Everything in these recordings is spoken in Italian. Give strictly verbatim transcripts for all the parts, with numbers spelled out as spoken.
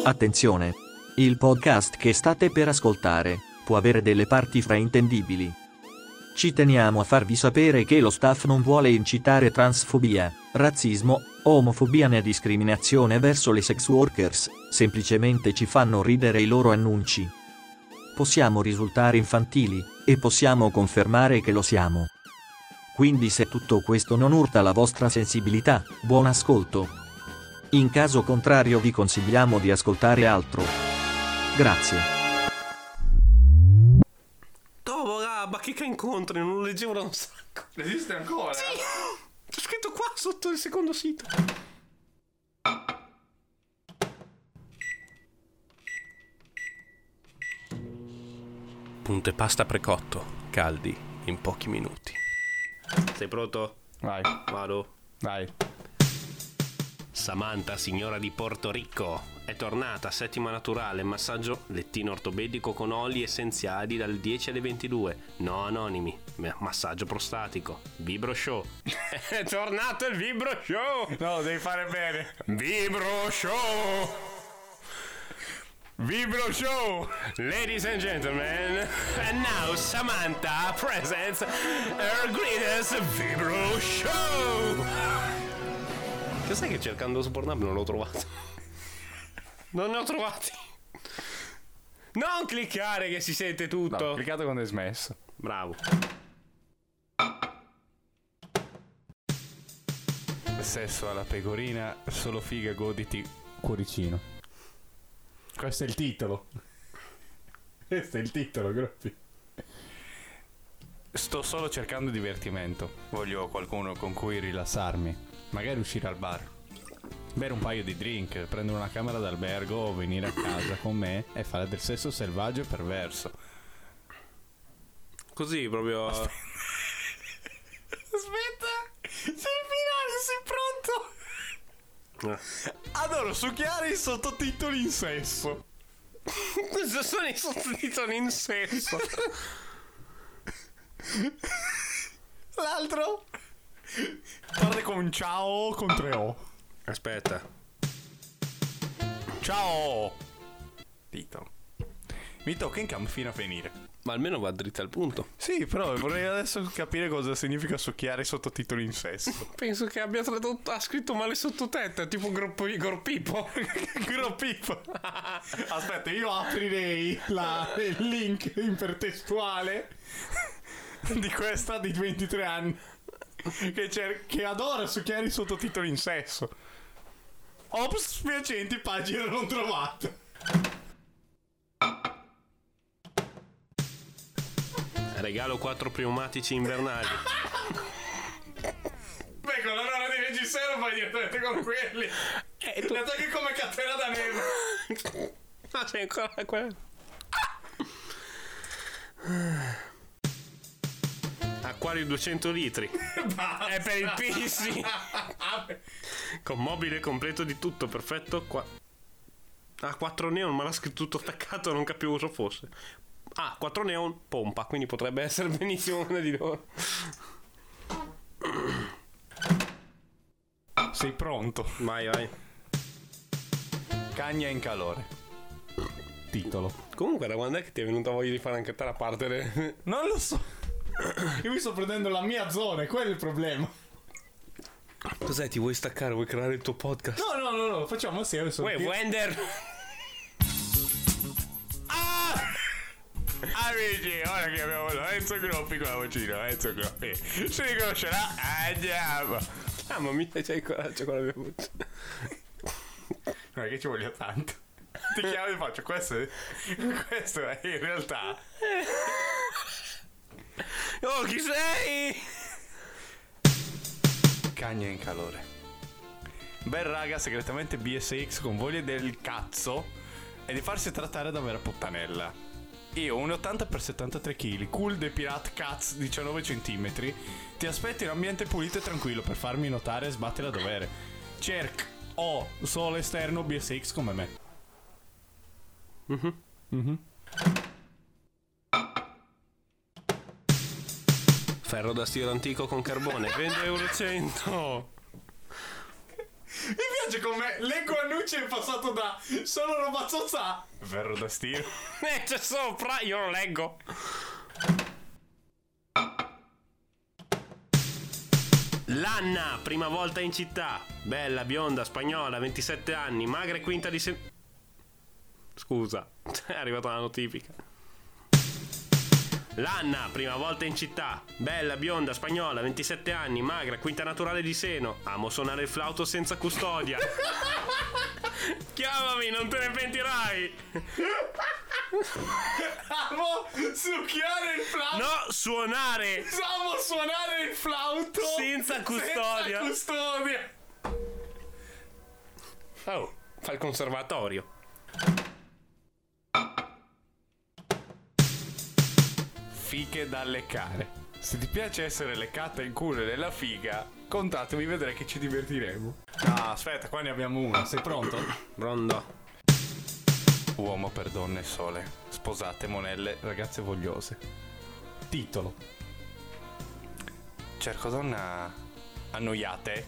Attenzione! Il podcast che state per ascoltare può avere delle parti fraintendibili. Ci teniamo a farvi sapere che lo staff non vuole incitare transfobia, razzismo, omofobia né discriminazione verso le sex workers, semplicemente ci fanno ridere i loro annunci. Possiamo risultare infantili, e possiamo confermare che lo siamo. Quindi se tutto questo non urta la vostra sensibilità, buon ascolto. In caso contrario vi consigliamo di ascoltare altro. Grazie. Tomo, ma che incontri? Non lo leggevo da un sacco. Esiste ancora? Sì, c'è scritto qua sotto il secondo sito. Punto e pasta precotto, caldi in pochi minuti. Sei pronto? Vai, Vado. vai. Samantha, signora di Porto Rico, è tornata, settima naturale, massaggio lettino ortopedico con oli essenziali dal dieci alle ventidue, no anonimi, massaggio prostatico, Vibro Show. È tornato il Vibro Show! No, devi fare bene. Vibro Show! Vibro Show! Ladies and gentlemen, and now Samantha presents her greatest Vibro Show! Che sai che cercando su Pornhub non l'ho trovato? Non ne ho trovati. Non cliccare che si sente tutto. No, cliccato quando è smesso. Bravo. Sesso alla pecorina, solo figa, goditi cuoricino. Questo è il titolo. Questo è il titolo, Groppi. Sto solo cercando divertimento. Voglio qualcuno con cui rilassarmi. Magari uscire al bar, bere un paio di drink, prendere una camera d'albergo o venire a casa con me e fare del sesso selvaggio e perverso. Così proprio. Aspetta, Aspetta. Sei il finale, sei pronto? Eh. Adoro succhiare i sottotitoli in sesso. Cosa sono i sottotitoli in sesso? L'altro parte con ciao con tre O. Aspetta. Ciao Vito. Mi tocca in cam fino a finire. Ma almeno va dritta al punto. Sì, però vorrei adesso capire cosa significa succhiare i sottotitoli in sesso. Penso che abbia tradotto. Ha scritto male sottotetta, tipo Gorp- Gorpipo. Groppipo. Aspetta, io aprirei la, il link ipertestuale di questa di ventitré anni che, cer- che adora succhiare i sottotitoli in sesso. Ops, spiacenti, pagina non trovata. Regalo quattro pneumatici invernali. Beh, con la nonna di reggiseno fai direttamente con quelli. E tu... La togli come catena da neve. Ma sei ancora quello. Acquario duecento litri. Basta. È per il P C. Con mobile completo di tutto, perfetto. Qua... Ah, quattro neon, ma l'ha scritto tutto attaccato, non capivo cosa fosse. Ah, quattro neon, pompa, quindi potrebbe essere benissimo una di loro. Sei pronto? Vai, vai. Cagna in calore. Titolo. Comunque, da quando è che ti è venuta voglia di fare anche te la parte delle... Non lo so. Io mi sto prendendo la mia zona, è quello il problema. Cos'è, ti vuoi staccare? Vuoi creare il tuo podcast? No, no, no, no, lo facciamo assieme. Uè, Wender! Ah! Amici, ora che abbiamo Enzo Groppi con la vocina, Enzo Groppi. Si riconoscerà? Andiamo. Ah, ma mica c'hai il coraggio con la mia voce. Non è che ci voglia tanto. Ti chiamo e faccio, questo è, questo è in realtà... Oh, chi sei? Cagna in calore. Bel raga segretamente B S X con voglia del cazzo e di farsi trattare da vera puttanella. Io uno virgola ottanta per settantatré chili, cool de pirate cats diciannove centimetri. Ti aspetto in ambiente pulito e tranquillo per farmi notare e sbattere a dovere. Cerc o solo esterno B S X come me. Mhm. Mhm. Ferro da stiro antico con carbone, venti euro cento. Mi piace come leggo annunci è passato da solo roba zozza vero destino. E c'è sopra, io lo leggo. L'Anna, prima volta in città. Bella, bionda, spagnola, ventisette anni, magra e quinta di se... Scusa, è arrivata la notifica. L'Anna, prima volta in città. Bella, bionda, spagnola, ventisette anni, magra, quinta naturale di seno. Amo suonare il flauto senza custodia. Chiamami, non te ne pentirai. Amo succhiare il flauto. No, suonare. Amo suonare il flauto senza custodia. Senza custodia. Oh, fa il conservatorio. Fiche da leccare. Se ti piace essere leccata in culo nella figa, contatemi, vedrai che ci divertiremo. Ah, aspetta, qua ne abbiamo una. Sei pronto? Pronto. Uomo per donne sole, sposate, monelle, ragazze vogliose. Titolo: cerco donna annoiate.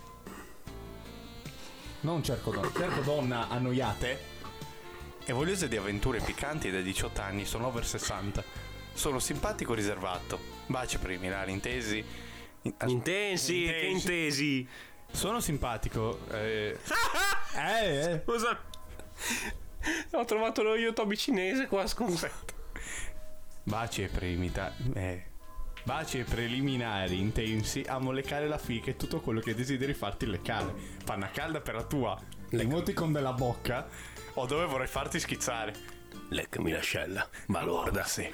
Non cerco donna, cerco donna annoiate e vogliose di avventure piccanti da diciotto anni, sono over sessanta. Sono simpatico riservato. Baci preliminari intesi. In- as- Intensi, intesi. che intesi? Sono simpatico. Eh, eh, eh. Scusa. Ho trovato lo YouTube cinese qua sconsetto. Baci e premita. Eh. Baci e preliminari intensi. Amo leccare la fica e tutto quello che desideri farti leccare. Panna calda per la tua emoticon della bocca. O dove vorrei farti schizzare. Leccami l'ascella, balorda. Sì.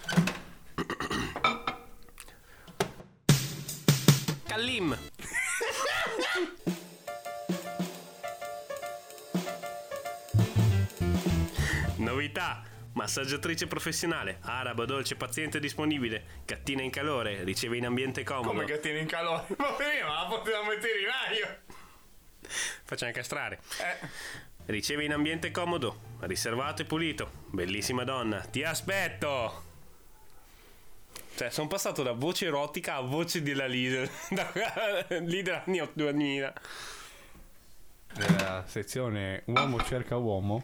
Callim. Novità. Massaggiatrice professionale, araba, dolce, paziente, disponibile. Gattina in calore, riceve in ambiente comodo. Come gattina in calore? Ma prima la potevamo mettere in aria. Facciamo castrare. Eh. Riceve in ambiente comodo, riservato e pulito. Bellissima donna, ti aspetto. Cioè, sono passato da voce erotica a voce della leader. Da leader anni duemila. Nella sezione uomo cerca uomo.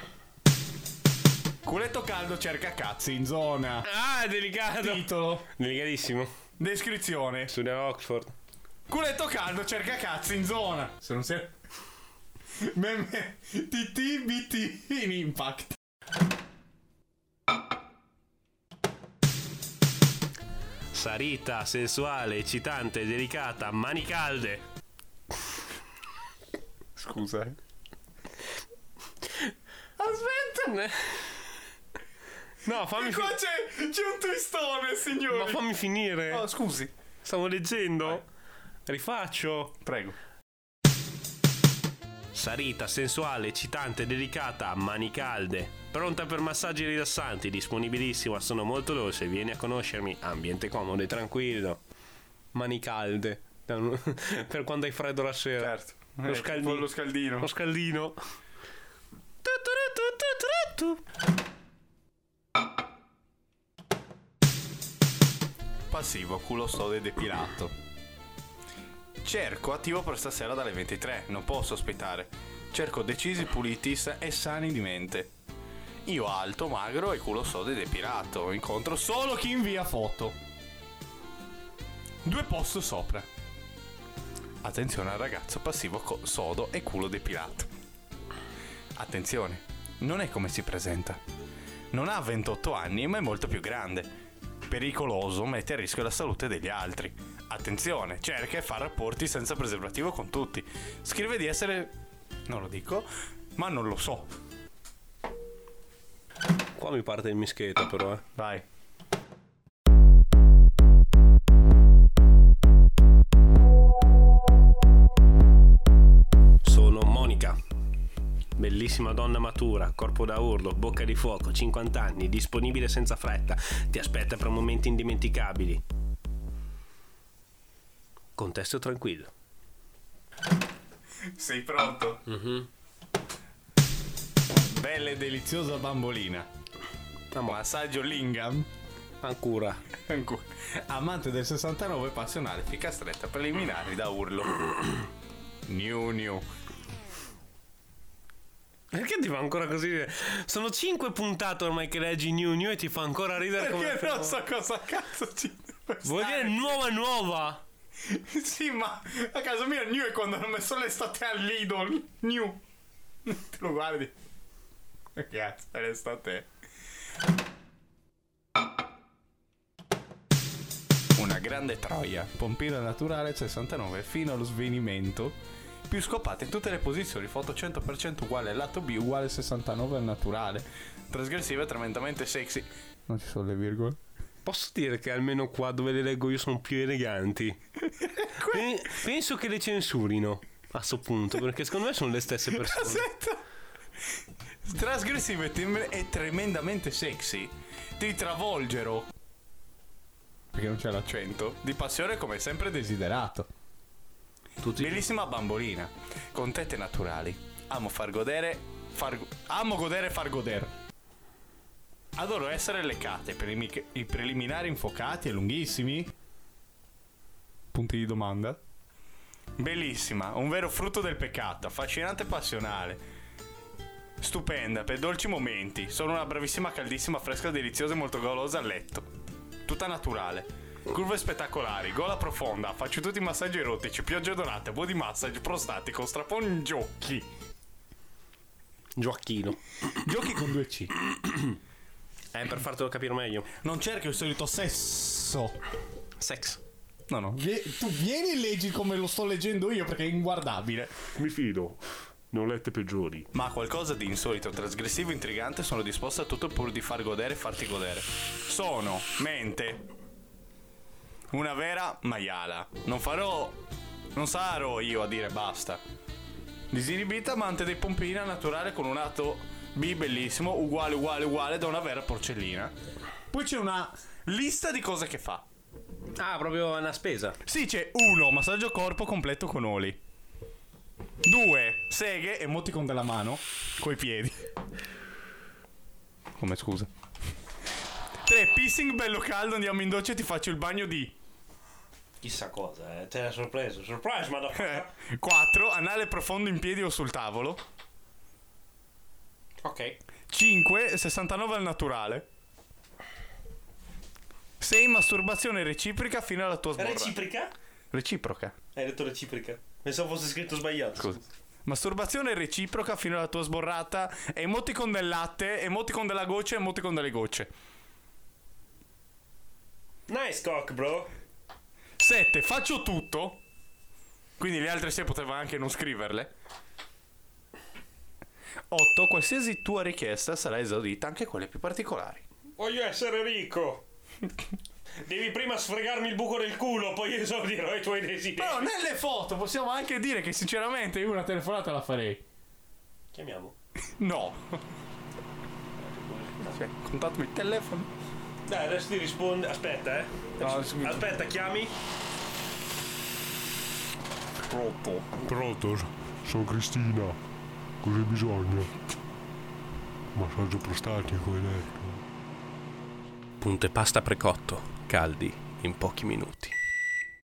Culetto caldo cerca cazzi in zona. Ah, delicato. Titolo: Delicatissimo. descrizione: Studia a Oxford. culetto caldo cerca cazzi in zona. Se non sei meme T T B T in impact. Sarita, sensuale, eccitante, delicata, mani calde. Scusa. Aspetta. No, fammi E qua fi- c'è, c'è un twistone, signore. Ma fammi finire. Oh, scusi. Stavo leggendo. Vai. Rifaccio. Prego. Sarita, sensuale, eccitante, delicata, mani calde. Pronta per massaggi rilassanti, disponibilissima, sono molto dolce, vieni a conoscermi, ambiente comodo e tranquillo. Mani calde. Per quando hai freddo la sera. Certo. Lo Eh, scaldino. Lo scaldino. Lo scaldino. Passivo, culo sode depilato. Cerco attivo per stasera dalle ventitré, non posso aspettare. Cerco decisi, puliti e sani di mente. Io alto, magro e culo sode depilato. Incontro solo chi invia foto. Due posto sopra. Attenzione al ragazzo passivo co- sodo e culo depilato. Attenzione, non è come si presenta. Non ha ventotto anni, ma è molto più grande. Pericoloso, mette a rischio la salute degli altri. Attenzione, cerca e fa rapporti senza preservativo con tutti. Scrive di essere... non lo dico, ma non lo so. Qua mi parte il mischetto però, eh. Vai. Sono Monica. Bellissima donna matura, corpo da urlo, bocca di fuoco, cinquanta anni, disponibile senza fretta, ti aspetta per momenti indimenticabili. Contesto tranquillo. Sei pronto? Mm-hmm. Bella e deliziosa bambolina. Massaggio Lingam. Ancora. Ancora. Amante del sessantanove, passionale, fica stretta, preliminari da urlo. New new. Perché ti fa ancora così ridere? Sono cinque puntate ormai che leggi New New e ti fa ancora ridere. Perché come non so cosa cazzo ci deve vuol dire nuova nuova. Sì, ma a casa mia New è quando hanno messo l'estate all'Idol. New. Te lo guardi? Che cazzo è l'estate? Una grande troia. Pompino naturale sessantanove fino allo svenimento. Più scopate in tutte le posizioni. Foto cento per cento uguale al lato B uguale sessantanove al naturale. Trasgressiva e tremendamente sexy. Non ci sono le virgole. Posso dire che almeno qua dove le leggo io sono più eleganti. Pen- penso che le censurino a sto punto, perché secondo me sono le stesse persone. Aspetta. Trasgressiva e, tem- e tremendamente sexy. Ti travolgero, perché non c'è l'accento, di passione come sempre desiderato. Tutti. Bellissima bambolina, con tette naturali. Amo far godere, far, amo godere e far godere. Adoro essere leccate, prelimi- i preliminari infuocati e lunghissimi. Punti di domanda. Bellissima, un vero frutto del peccato, affascinante e passionale. Stupenda, per dolci momenti. Sono una bravissima, caldissima, fresca, deliziosa e molto golosa a letto. Tutta naturale. Curve spettacolari, gola profonda, faccio tutti i massaggi erotici, piogge dorate, body massage, prostatico, strapon giochi. Gioacchino. Giochi con due C. Eh, per fartelo capire meglio. Non cerchi il solito sesso. Sex. No, no. Vie- tu vieni e leggi come lo sto leggendo io perché è inguardabile. Mi fido. Ne ho lette peggiori. Ma qualcosa di insolito, trasgressivo, intrigante, sono disposto a tutto pur di far godere e farti godere. Sono, mente, una vera maiala. Non farò, non sarò io a dire basta. Disinibita, amante dei pompini, naturale, con un atto B bellissimo, uguale, uguale, uguale, da una vera porcellina. Poi c'è una lista di cose che fa. Ah, proprio una spesa. Sì, c'è uno, massaggio corpo completo con oli. Due, seghe, emoticon della mano, coi piedi. Come scusa. Tre, pissing bello caldo, andiamo in doccia e ti faccio il bagno di... Chissà cosa, eh. Te l'ha sorpreso. Surprise, madonna. Quattro, anale profondo in piedi o sul tavolo. Ok. Cinque, sessantanove al naturale. Sei, masturbazione reciproca fino alla tua sborra. Reciproca? Reciproca. Hai detto reciproca. Pensavo fosse scritto sbagliato. Scusa. Masturbazione reciproca fino alla tua sborrata. Emoticon del latte, emoticon della goccia, emoticon delle gocce. Nice cock, bro. Sette, faccio tutto. Quindi le altre sei poteva anche non scriverle. Otto, qualsiasi tua richiesta sarà esaudita, anche quelle più particolari. Voglio essere ricco. Devi prima sfregarmi il buco del culo, poi esaudirò i tuoi desideri. Però nelle foto possiamo anche dire che sinceramente io una telefonata la farei. Chiamiamo. No. Cioè, contatemi il telefono. Dai, adesso ti risponde. Aspetta, eh. No, Aspetta, chiami. Pronto. Pronto, sono Cristina. Cosa bisogna? Massaggio prostatico, hai detto. Punto e pasta precotto, caldi in pochi minuti.